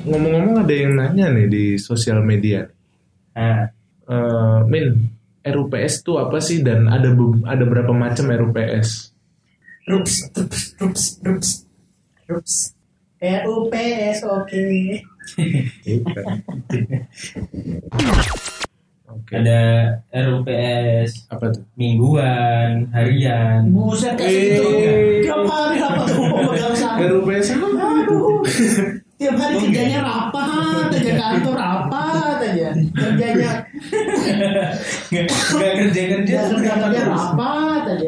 ngomong-ngomong ada yang nanya nih di sosial media. Min, RUPS itu apa sih dan ada berapa macam RUPS? RUPS. RUPS oke. Ada RUPS apa tuh? Mingguan, harian. Buset kasih itu. Tiap hari apa tuh pemegang saham? RUPS apa? Aduh. Tiap hari kerjanya rapat aja, kantor rapat aja. Kerjanya Nggak kerja rapat aja.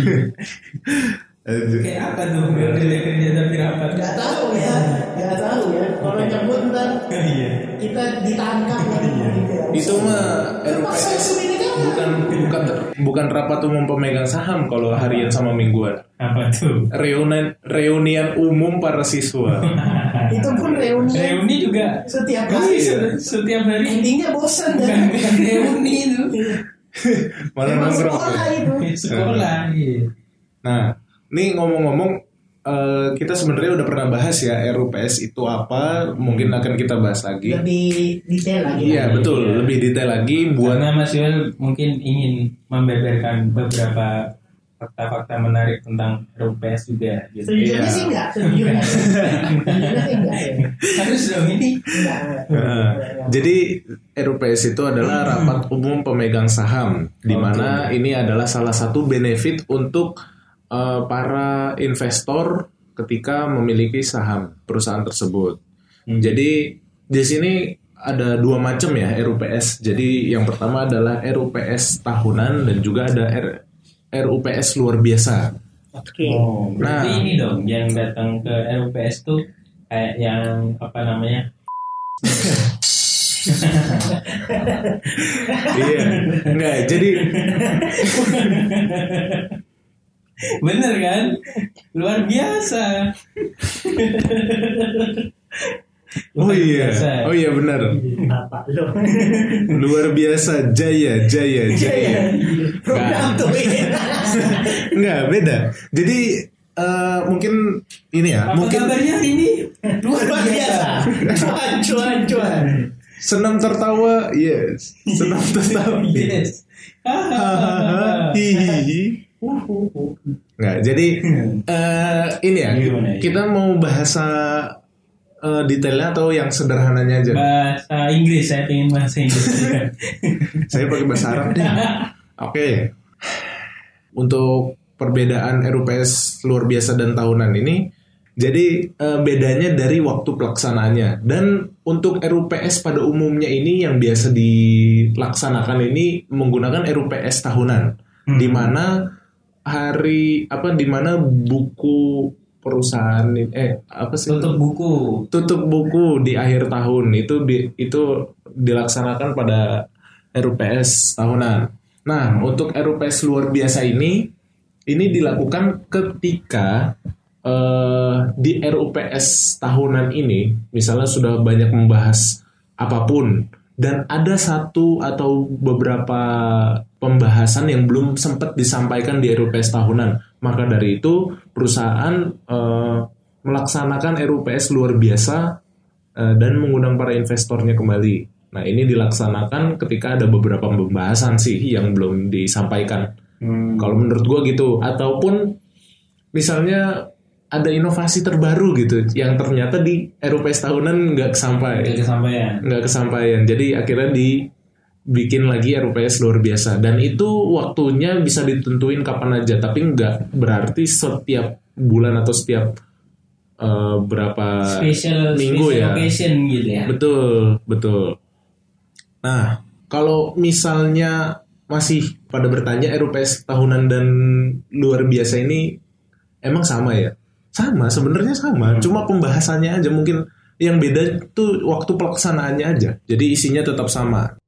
Kayak apa tuh kerja tapi rapat? Gak tahu ya. Kalau nyebut ntar kita ditangkap gitu. Itu mah RUPS bukan rapat umum pemegang saham kalau harian sama mingguan. Apa tuh? Reunian umum para siswa. Itu pun reuni juga setiap hari. Setiap hari. Intinya bosan Bukan reuni itu. Malah nongkrong. Sekolah. Nah, nih ngomong-ngomong, kita sebenarnya udah pernah bahas ya RUPS itu apa. Mungkin akan kita bahas lagi. Lebih detail lagi. Iya betul, lebih detail lagi. Karena Mas Yoel mungkin ingin membeberkan beberapa fakta-fakta menarik tentang RUPS juga. Gitu. Sejujurnya sih enggak. Sejujurnya sih enggak. Harus dong ini. Jadi RUPS itu adalah rapat umum pemegang saham, di mana ini adalah salah satu benefit untuk para investor ketika memiliki saham perusahaan tersebut. Jadi di sini ada dua macam ya RUPS. Jadi yang pertama adalah RUPS tahunan dan juga ada RUPS luar biasa. Oke. Berarti ini dong yang datang ke RUPS tuh kayak yang apa namanya? Iya, enggak. Jadi bener kan? Luar biasa. Oh iya benar. Apa lo? Luar biasa, jaya. Program tuh. Enggak, beda. Jadi mungkin ini ya. Apa mungkin kabarnya ini? Luar biasa. Cuan. Senam tertawa, yes. Senam tertawa, Yes. Hihihi. Nggak, jadi ini ya. Kita mau bahasa detailnya atau yang sederhananya aja? Bahasa Inggris, saya ingin bahasa Inggris. Saya pakai bahasa Arab deh. Oke. Untuk perbedaan RUPS luar biasa dan tahunan ini, jadi bedanya dari waktu pelaksanaannya. Dan untuk RUPS pada umumnya ini yang biasa dilaksanakan ini menggunakan RUPS tahunan, di mana di mana buku perusahaan tutup buku di akhir tahun itu dilaksanakan pada RUPS tahunan. Nah, untuk RUPS luar biasa ini dilakukan ketika di RUPS tahunan ini misalnya sudah banyak membahas apapun dan ada satu atau beberapa pembahasan yang belum sempat disampaikan di RUPS tahunan, maka dari itu perusahaan melaksanakan RUPS luar biasa dan mengundang para investornya kembali. Nah, ini dilaksanakan ketika ada beberapa pembahasan sih yang belum disampaikan. Kalau menurut gue gitu, ataupun misalnya ada inovasi terbaru gitu yang ternyata di RUPS tahunan nggak kesampaian. Jadi akhirnya dibikin lagi RUPS luar biasa, dan itu waktunya bisa ditentuin kapan aja, tapi nggak berarti setiap bulan atau setiap berapa minggu ya. Gitu ya. Betul. Nah, kalau misalnya masih pada bertanya RUPS tahunan dan luar biasa ini emang sama ya? Sama, sebenarnya sama. Cuma pembahasannya aja mungkin yang beda tuh waktu pelaksanaannya aja. Jadi isinya tetap sama.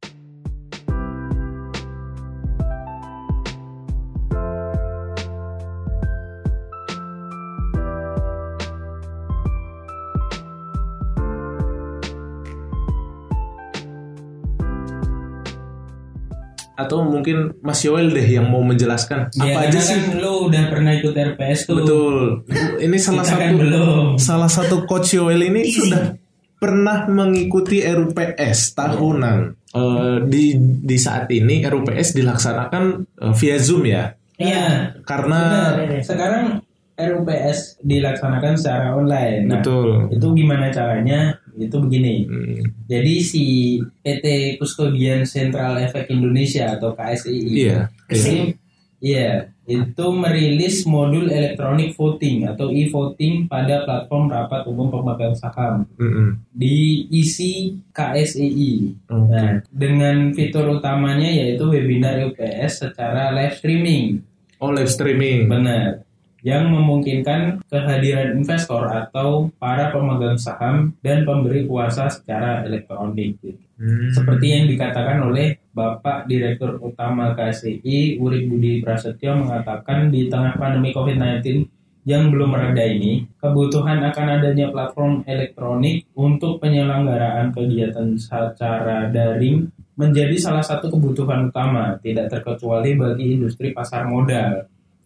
Atau mungkin Mas Yoel deh yang mau menjelaskan apa aja sih? Kan lo udah pernah ikut RUPS tuh. Betul. Ini salah satu coach Yoel ini pernah mengikuti RUPS tahunan. Di saat ini RUPS dilaksanakan via Zoom ya. Iya. Karena benar. Sekarang RUPS dilaksanakan secara online. Nah, betul. Itu gimana caranya? Itu begini. Jadi si PT Custodian Central Efek Indonesia atau KSEI. Iya. Itu merilis modul elektronik voting atau e-voting pada platform rapat umum pemegang saham di isi KSEI. Nah, dengan fitur utamanya yaitu webinar RUPS secara live streaming. Oh, live streaming. Benar. Yang memungkinkan kehadiran investor atau para pemegang saham dan pemberi kuasa secara elektronik. Gitu. Seperti yang dikatakan oleh Bapak Direktur Utama KSEI Urip Budi Prasetyo mengatakan di tengah pandemi COVID-19 yang belum mereda ini, kebutuhan akan adanya platform elektronik untuk penyelenggaraan kegiatan secara daring menjadi salah satu kebutuhan utama, tidak terkecuali bagi industri pasar modal.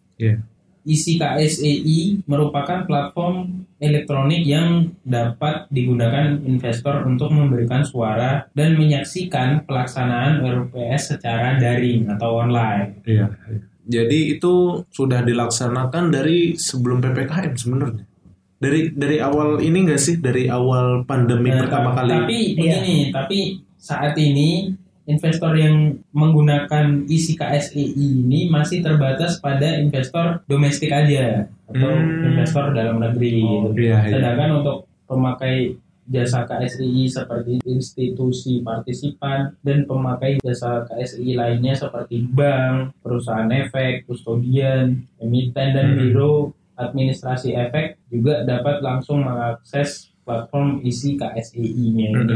Isi KSEI merupakan platform elektronik yang dapat digunakan investor untuk memberikan suara dan menyaksikan pelaksanaan RUPS secara daring atau online. Iya. Jadi itu sudah dilaksanakan dari sebelum PPKM sebenarnya. Dari awal ini nggak sih? Dari awal pandemi pertama kali. Tapi begini, tapi saat ini investor yang menggunakan isi KSEI ini masih terbatas pada investor domestik aja atau investor dalam negeri. Sedangkan untuk pemakai jasa KSEI seperti institusi partisipan dan pemakai jasa KSEI lainnya seperti bank, perusahaan efek, kustodian, emiten dan biro administrasi efek juga dapat langsung mengakses platform isi KSEI-nya ini.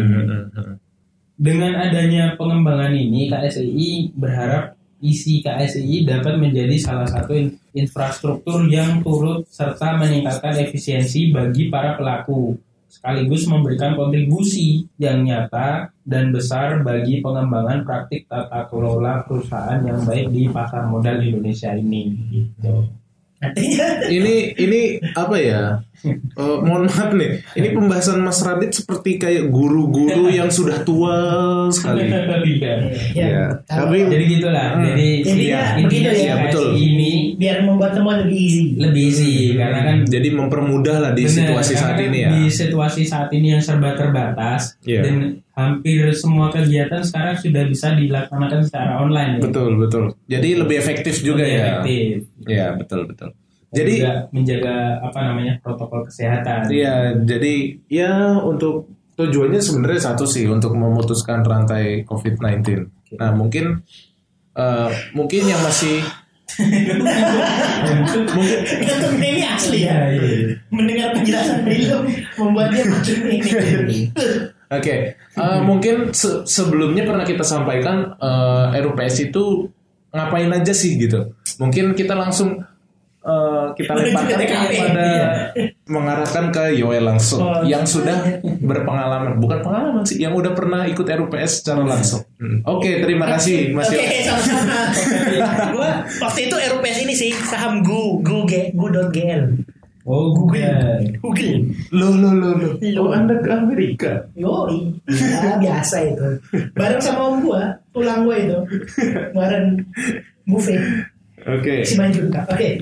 Dengan adanya pengembangan ini, KSEI berharap isi KSEI dapat menjadi salah satu infrastruktur yang turut serta meningkatkan efisiensi bagi para pelaku, sekaligus memberikan kontribusi yang nyata dan besar bagi pengembangan praktik tata kelola perusahaan yang baik di pasar modal Indonesia ini. Gitu. Ini apa ya? Mohon maaf nih. Ini pembahasan Mas Radit seperti kayak guru-guru yang sudah tua sekali. Tapi jadi gitulah. Jadi begitu ya. Betul. Ini biar membuat semua lebih easy. Karena kan jadi mempermudah lah di situasi saat ini ya. Di situasi saat ini yang serba terbatas dan hampir semua kegiatan sekarang sudah bisa dilaksanakan secara online. Betul. Jadi lebih efektif juga ya. Iya, betul. Jadi juga menjaga protokol kesehatan. Iya, jadi ya untuk tujuannya sebenarnya satu sih, untuk memutuskan rantai COVID-19. Nah, mungkin yang masih mungkin ini asli ya. Mendengar penjelasan beliau membuat dia makin ini. Oke. Mungkin sebelumnya pernah kita sampaikan RUPS itu ngapain aja sih gitu. Mungkin kita langsung kita lemparkan kepada mengarahkan ke Yoel langsung yang sudah berpengalaman, bukan pengalaman sih, yang udah pernah ikut RUPS secara langsung. Oke, terima kasih Mas Yoel. Oke, sama-sama. Gua waktu itu RUPS ini sih saham gu.gl. Oh, Google. Lo. Oh, Anda ke Amerika? Yoi, ya, biasa itu. Bareng sama om gua, tulang gua itu. Bareng buffet. Oke. Si Manjunta. Oke.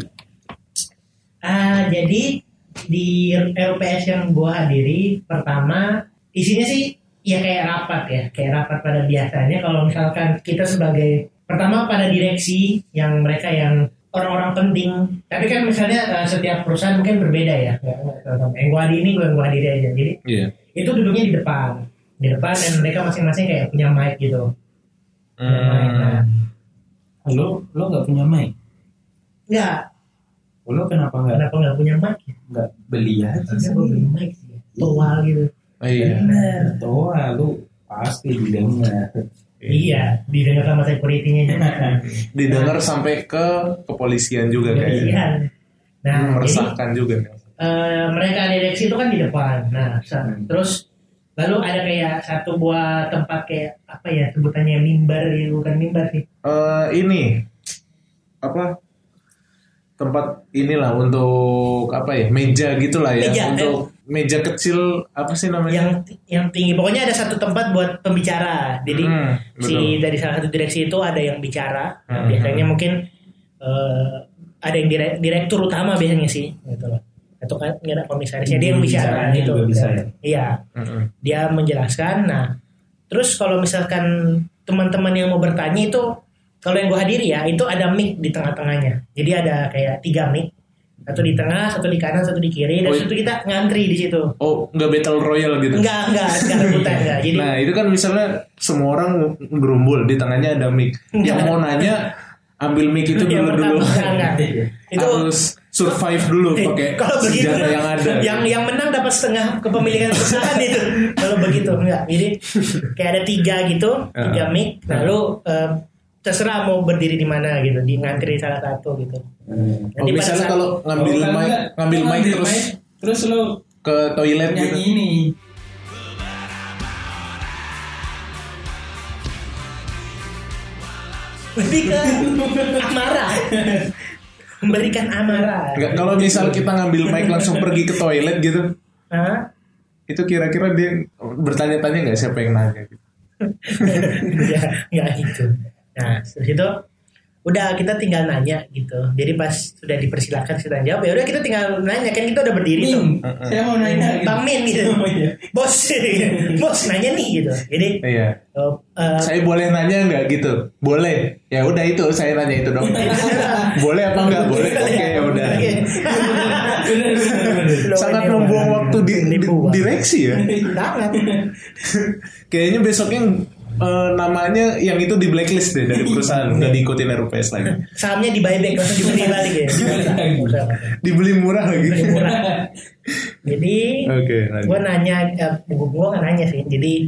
Jadi di RUPS yang gua hadiri pertama isinya sih ya kayak rapat pada biasanya. Kalau misalkan kita sebagai pertama pada direksi yang mereka yang orang-orang penting, tapi kan misalnya setiap perusahaan mungkin berbeda ya. Yang gua hadiri ini gua hadiri aja. Jadi itu duduknya di depan dan mereka masing-masing kayak punya mic gitu. Nah, lo nggak punya mic? Nggak. Lo kenapa nggak punya mic? Nggak beli aja. Karena gue beli mic sih, toa gitu. Benar, toa lu pasti didengar. Iya, didengar sama security-nya juga. Didengar sampai ke kepolisian juga kayaknya. Nah, meresahkan juga. Mereka direksi itu kan di depan. Nah, terus lalu ada kayak satu buah tempat kayak apa ya sebutannya mimbar, bukan mimbar sih. Ini apa? Tempat inilah untuk apa ya, meja gitulah ya, untuk meja kecil apa sih namanya? Yang tinggi. Pokoknya ada satu tempat buat pembicara. Jadi dari salah satu direksi itu ada yang bicara. Nah, biasanya mungkin ada yang direktur utama biasanya sih, gitu loh. Atau kan ada komisarisnya, dia yang bicara gitu. Iya. Dia menjelaskan. Nah, terus kalau misalkan teman-teman yang mau bertanya itu, kalau yang gue hadiri ya, itu ada mic di tengah-tengahnya. Jadi ada kayak 3 mic. Satu di tengah, satu di kanan, satu di kiri, dan satu kita ngantri di situ. Oh, nggak battle royale gitu? Enggak rebutan enggak. Jadi, nah itu kan misalnya semua orang gerumbul di tengahnya ada mic. Yang mau nanya ambil mic itu dulu. Enggak. Itu harus survive dulu pakai senjata yang ada. Yang menang dapat setengah kepemilikan perusahaan itu. Kalau begitu enggak. Jadi kayak ada 3 gitu, 3 mic. Lalu terserah mau berdiri di mana gitu, di ngantri salah satu gitu. Nanti misalnya kalau ngambil mic terus lo ke toilet gitu. Ini. Lebih ke amarah. Memberikan amarah. Enggak, kalau misal kita ngambil mic langsung pergi ke toilet gitu. Itu kira-kira dia bertanya-tanya nggak siapa yang nanya gitu. Ya nggak gitu. Nah, terus itu udah kita tinggal nanya gitu. Jadi pas sudah dipersilakan kita jawab, ya udah kita tinggal nanya, kan kita udah berdiri tuh. Saya mau nanya gitu. Bang Min gitu. Bos nanya nih gitu. Jadi saya boleh nanya nggak gitu? Boleh. Ya udah itu saya nanya itu dong. Boleh apa nggak? Boleh. Oke, ya udah. Sangat membuang waktu di direksi ya. Sangat. Kayaknya besoknya namanya yang itu di blacklist deh dari perusahaan, nggak diikutin RUPS lagi. Sahamnya di buyback, langsung dibeli balik ya. Dibeli murah lagi. Jadi gue nanya, gue nggak nanya sih. Jadi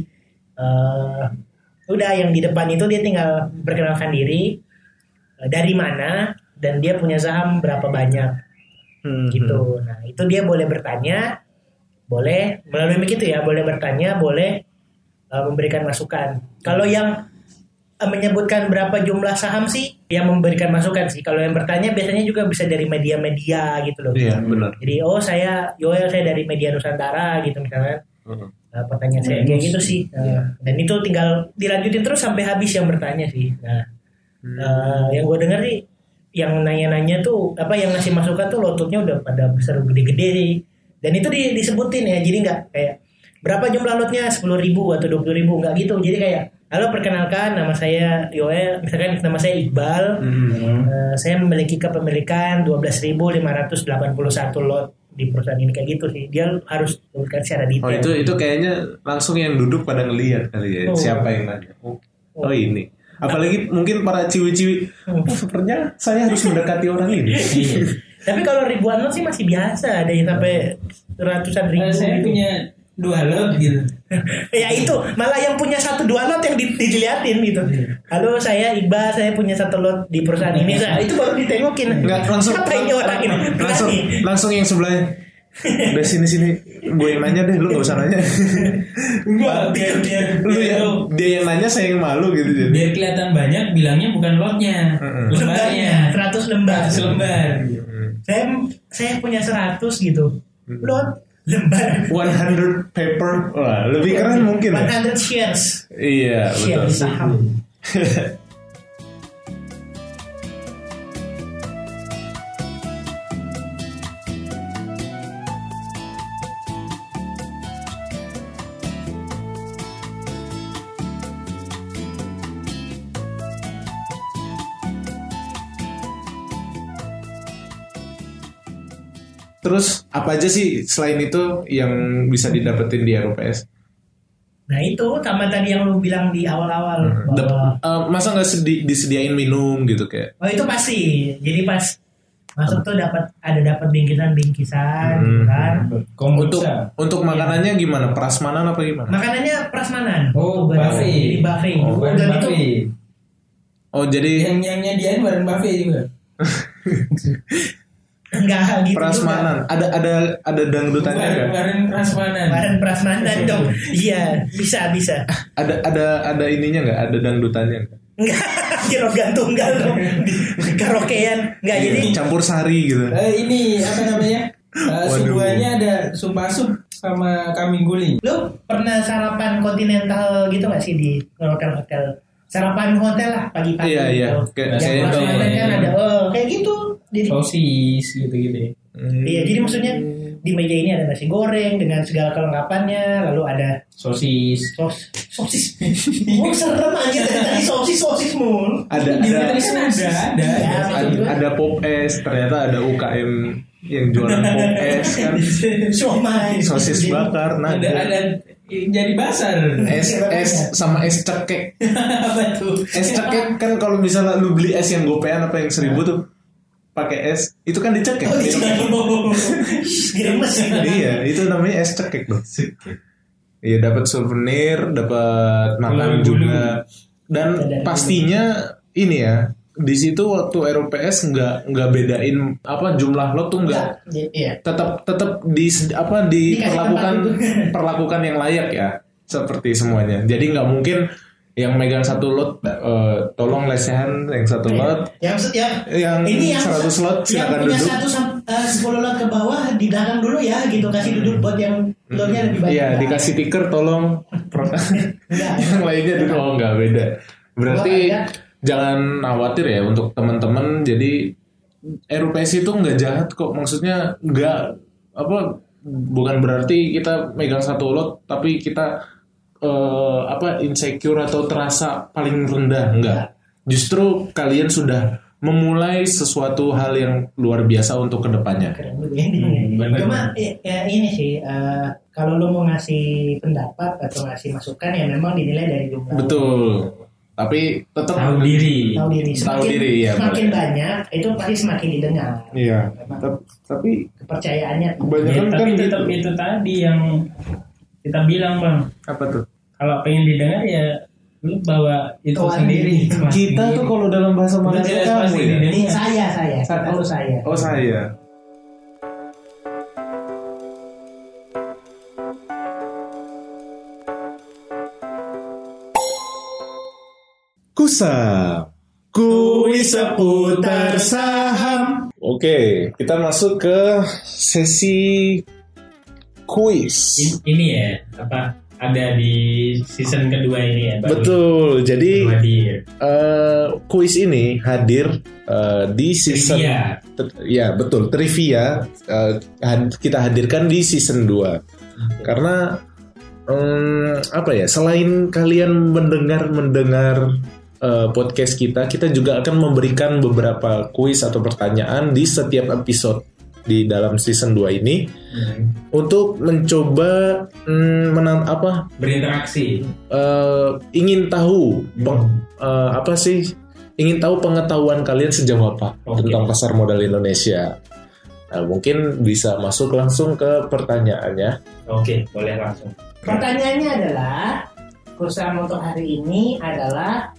udah yang di depan itu dia tinggal perkenalkan diri, dari mana, dan dia punya saham berapa banyak, gitu. Nah itu dia boleh bertanya, boleh melalui mic itu ya, boleh bertanya, boleh memberikan masukan. Kalau yang menyebutkan berapa jumlah saham sih, yang memberikan masukan sih. Kalau yang bertanya biasanya juga bisa dari media-media gitu loh. Iya benar. Jadi saya dari media Nusantara gitu misalnya. Pertanyaan saya kayak gitu sih. Dan itu tinggal dilanjutin terus sampai habis yang bertanya sih. Nah, yang gue dengar sih, yang nanya-nanya tuh yang ngasih masukan tuh lotutnya udah pada besar gede-gede sih. Dan itu disebutin ya. Jadi nggak kayak berapa jumlah lotnya, 10.000 atau 20.000, nggak gitu. Jadi kayak, halo perkenalkan, nama saya Yoel, misalkan nama saya Iqbal, saya memiliki kepemilikan 12.581 lot di perusahaan ini, kayak gitu sih. Dia harus sebutkan secara detail. Oh itu kayaknya langsung yang duduk pada ngelihat kali ya, siapa yang nanya. Oh ini. Apalagi mungkin para ciwi-ciwi, sepertinya saya harus mendekati orang ini. Tapi kalau ribuan lot sih masih biasa, ada yang sampai ratusan ribu. Saya gitu. punya 2 lot gitu. Ya itu malah yang punya 1-2 lot yang diliatin gitu. Halo saya Iqbal, saya punya 1 lot di perusahaan ini. Nah, itu baru ditengokin. Enggak langsung. Siapa ini orang ini? Langsung yang sebelahnya. Udah sini gue yang nanya deh, lu nggak usah nanya. Enggak, dia yang nanya, saya yang malu gitu. Jadi biar kelihatan banyak, bilangnya bukan lotnya, lembarnya. 100 lembar. Saya punya 100 gitu. Lot lembar. 100 paper. Wah, lebih keren mungkin. 100 shares. Iya, betul. Saham. Terus apa aja sih selain itu yang bisa didapetin di RUPS? Nah itu sama tadi yang lu bilang di awal-awal bahwa masa nggak disediain minum gitu kayak? Oh itu pasti. Jadi pas masuk tuh dapat bingkisan kan. Untuk makanannya gimana? Prasmanan apa gimana? Makanannya prasmanan. Oh buffet. Jadi buffet. Dan itu. Oh jadi yang nyediain bareng buffet juga. Enggak gitu. Prasmanan. Juga. Ada dangdutannya enggak? Bareng prasmanan dong. Iya, bisa. Ada ininya enggak? Ada dangdutannya enggak? Enggak, organ tunggal dong. Karaokean. Enggak jadi campur sari gitu. Ini apa namanya? Suguhannya ada sumpah sup sama kambing guling. Lu pernah sarapan kontinental gitu gak sih di hotel-hotel? Sarapan hotel lah pagi-pagi. Iya, iya. Gitu. Kayak Yang saya kelas tahu. mantan kan ada kayak gitu. Jadi, Sosis gitu-gitu ya. iya, jadi maksudnya di meja ini ada nasi goreng dengan segala kelengkapannya, lalu ada Sosis. sosis. Oh, serem aja tadi sosis mulu. Ada Di ada hotel kan ada. Ya, maksud gue. ada pop es, ternyata ada UKM yang jualan pop es kan. Somai. Sosis bakar, nah Ada jadi basar. es sama es cekek. Apa tuh? Es cekek kan kalau misalnya lu beli es yang gopean apa yang 1.000 tuh pakai es itu kan dicekek. Gemes. Iya, itu namanya es cekek loh. Iya, dapat souvenir, dapat makan Bulu-bulu. juga. Dan pastinya ini ya, di situ waktu RUPS nggak bedain apa jumlah lot tuh nggak. Iya. Tetap Dikasih perlakukan yang layak ya, seperti semuanya. Jadi nggak mungkin yang megang satu lot tolong lesehan yang satu lot, Yang yang 100 lot silakan yang punya duduk. 10 lot ke bawah di belakang dulu ya gitu, kasih duduk buat yang lotnya lebih banyak. Iya, dikasih tiker tolong. Yang lainnya dulu nggak beda. Berarti jangan khawatir ya untuk teman-teman. Jadi RUPS itu nggak jahat kok. Maksudnya nggak apa, bukan berarti kita megang satu lot tapi kita insecure atau terasa paling rendah. Enggak. Justru kalian sudah memulai sesuatu hal yang luar biasa untuk kedepannya. Keren juga ini. benar. Cuma ini sih kalau lo mau ngasih pendapat atau ngasih masukan ya memang dinilai dari jumlah. Betul. Tapi tetap Tahu diri. Tahu diri. ya. Semakin banyak itu pasti semakin didengar. Iya. Tapi Kepercayaannya. kebanyakan kan Tapi tetap itu tadi yang kita bilang bang. apa tuh? Kalau pengen didengar ya lu bawa itu Tuan sendiri. diri. Kita tuh kalau dalam bahasa Udah Malaysia jelas kamu pasti ya. didengar. Ini saya. Kalau saya. Oh saya. Kusam. Kuis seputar saham. Oke, kita masuk ke sesi kuis. Ini ya apa ada di season kedua ini ya. baru Betul. Jadi baru hadir. kuis ini hadir di season Trivia. ya betul, trivia kita hadirkan di season 2. Karena apa ya, selain kalian mendengar podcast kita juga akan memberikan beberapa kuis atau pertanyaan di setiap episode di dalam season 2 ini untuk mencoba Berinteraksi. ingin tahu apa sih, ingin tahu pengetahuan kalian sejauh apa tentang pasar modal Indonesia. Nah, mungkin bisa masuk langsung ke pertanyaannya. Oke, boleh langsung. Pertanyaannya adalah Kusam untuk hari ini adalah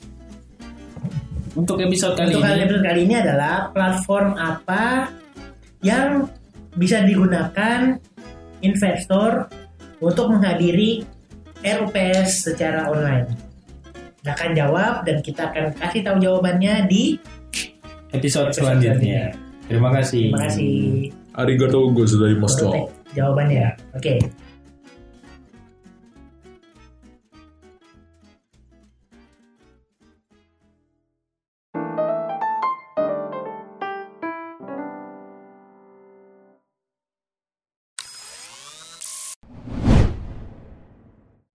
Untuk episode kali untuk ini episode kali ini adalah platform apa yang bisa digunakan investor untuk menghadiri RUPS secara online. Silahkan jawab dan kita akan kasih tahu jawabannya di episode selanjutnya. Terima kasih. Terima kasih. Arigatou gozaimasu. Jawabannya. Oke.